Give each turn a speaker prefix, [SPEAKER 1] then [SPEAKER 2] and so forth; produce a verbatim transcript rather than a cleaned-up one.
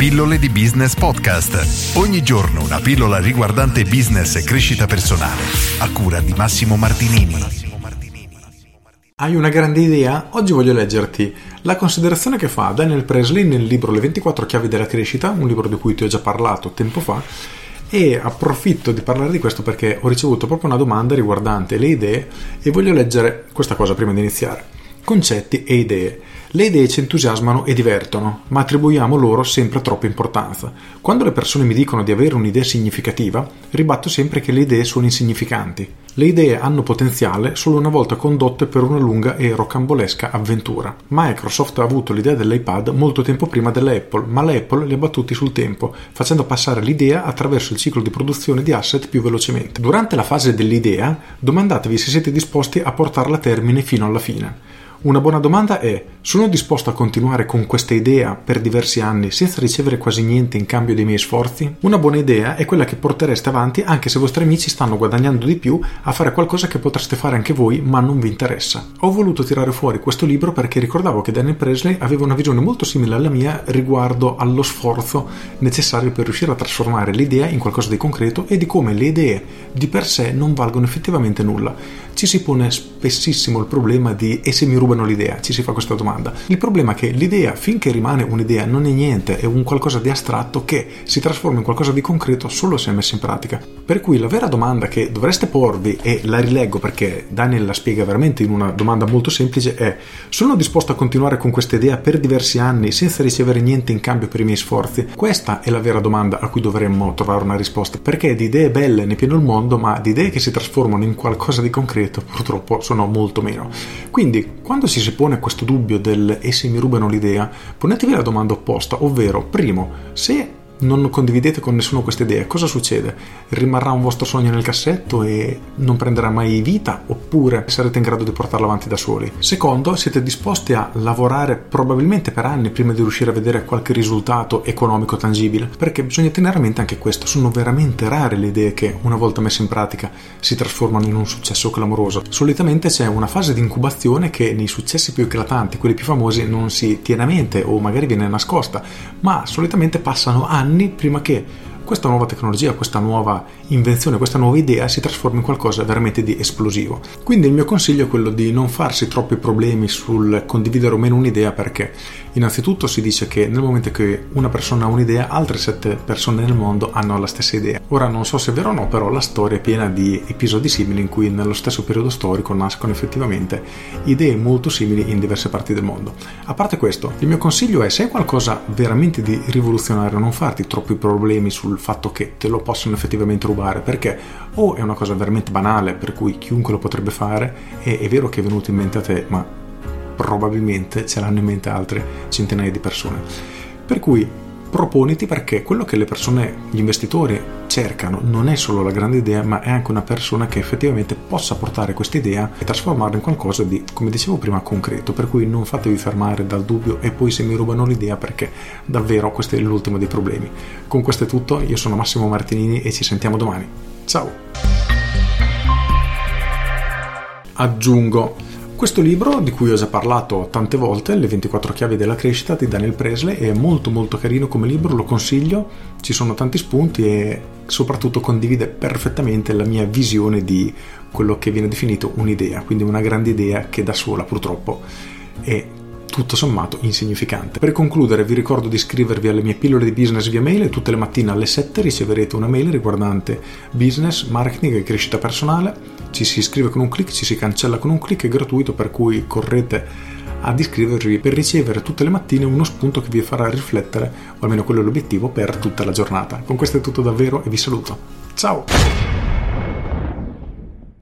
[SPEAKER 1] Pillole di Business Podcast. Ogni giorno una pillola riguardante business e crescita personale. A cura di Massimo Martinini.
[SPEAKER 2] Hai una grande idea? Oggi voglio leggerti la considerazione che fa Daniel Presley nel libro Le ventiquattro chiavi della crescita, un libro di cui ti ho già parlato tempo fa, e approfitto di parlare di questo perché ho ricevuto proprio una domanda riguardante le idee e voglio leggere questa cosa prima di iniziare. Concetti e idee. Le idee ci entusiasmano e divertono, ma attribuiamo loro sempre troppa importanza. Quando le persone mi dicono di avere un'idea significativa, ribatto sempre che le idee sono insignificanti. Le idee hanno potenziale solo una volta condotte per una lunga e rocambolesca avventura. Microsoft ha avuto l'idea dell'iPad molto tempo prima della Apple, ma la Apple li ha battuti sul tempo, facendo passare l'idea attraverso il ciclo di produzione di asset più velocemente. Durante la fase dell'idea, domandatevi se siete disposti a portarla a termine fino alla fine. Una buona domanda è: sono disposto a continuare con questa idea per diversi anni senza ricevere quasi niente in cambio dei miei sforzi? Una buona idea è quella che portereste avanti anche se i vostri amici stanno guadagnando di più a fare qualcosa che potreste fare anche voi ma non vi interessa. Ho voluto tirare fuori questo libro perché ricordavo che Daniel Presley aveva una visione molto simile alla mia riguardo allo sforzo necessario per riuscire a trasformare l'idea in qualcosa di concreto e di come le idee di per sé non valgono effettivamente nulla. Ci si pone spessissimo il problema di e se mi rubano l'idea? Ci si fa questa domanda. Il problema è che l'idea, finché rimane un'idea, non è niente, è un qualcosa di astratto che si trasforma in qualcosa di concreto solo se è messo in pratica. Per cui la vera domanda che dovreste porvi, e la rileggo perché Daniel la spiega veramente in una domanda molto semplice, è: sono disposto a continuare con questa idea per diversi anni senza ricevere niente in cambio per i miei sforzi? Questa è la vera domanda a cui dovremmo trovare una risposta, perché di idee belle ne è pieno il mondo, ma di idee che si trasformano in qualcosa di concreto purtroppo sono molto meno. Quindi quando ci si pone questo dubbio del e se mi rubano l'idea, ponetevi la domanda opposta, ovvero: primo, se non condividete con nessuno queste idee, cosa succede? Rimarrà un vostro sogno nel cassetto e non prenderà mai vita, oppure sarete in grado di portarlo avanti da soli? Secondo, siete disposti a lavorare probabilmente per anni prima di riuscire a vedere qualche risultato economico tangibile? Perché bisogna tenere a mente anche questo: sono veramente rare le idee che, una volta messe in pratica, si trasformano in un successo clamoroso. Solitamente c'è una fase di incubazione che nei successi più eclatanti, quelli più famosi, non si tiene a mente o magari viene nascosta, ma solitamente passano anni prima che questa nuova tecnologia, questa nuova invenzione, questa nuova idea si trasformi in qualcosa veramente di esplosivo. Quindi il mio consiglio è quello di non farsi troppi problemi sul condividere o meno un'idea, perché innanzitutto si dice che nel momento che una persona ha un'idea, altre sette persone nel mondo hanno la stessa idea. Ora non so se è vero o no, però la storia è piena di episodi simili in cui nello stesso periodo storico nascono effettivamente idee molto simili in diverse parti del mondo. A parte questo, il mio consiglio è: se hai qualcosa veramente di rivoluzionario, non farti troppi problemi sul fatto che te lo possono effettivamente rubare, perché o è una cosa veramente banale per cui chiunque lo potrebbe fare e è vero che è venuto in mente a te, ma probabilmente ce l'hanno in mente altre centinaia di persone. Per cui proponiti, perché quello che le persone, gli investitori cercano non è solo la grande idea, ma è anche una persona che effettivamente possa portare questa idea e trasformarla in qualcosa di, come dicevo prima, concreto. Per cui non fatevi fermare dal dubbio e poi se mi rubano l'idea, perché davvero questo è l'ultimo dei problemi. Con questo è tutto, io sono Massimo Martinini e ci sentiamo domani. Ciao! Aggiungo: questo libro, di cui ho già parlato tante volte, Le ventiquattro chiavi della crescita di Daniel Presley, è molto molto carino come libro, lo consiglio, ci sono tanti spunti e soprattutto condivide perfettamente la mia visione di quello che viene definito un'idea, quindi una grande idea che da sola purtroppo è tutto sommato insignificante. Per concludere vi ricordo di iscrivervi alle mie pillole di business via mail e tutte le mattine alle sette riceverete una mail riguardante business, marketing e crescita personale. Ci si iscrive con un click, ci si cancella con un click, è gratuito, per cui correte ad iscrivervi per ricevere tutte le mattine uno spunto che vi farà riflettere, o almeno quello è l'obiettivo, per tutta la giornata. Con questo è tutto davvero e vi saluto. Ciao!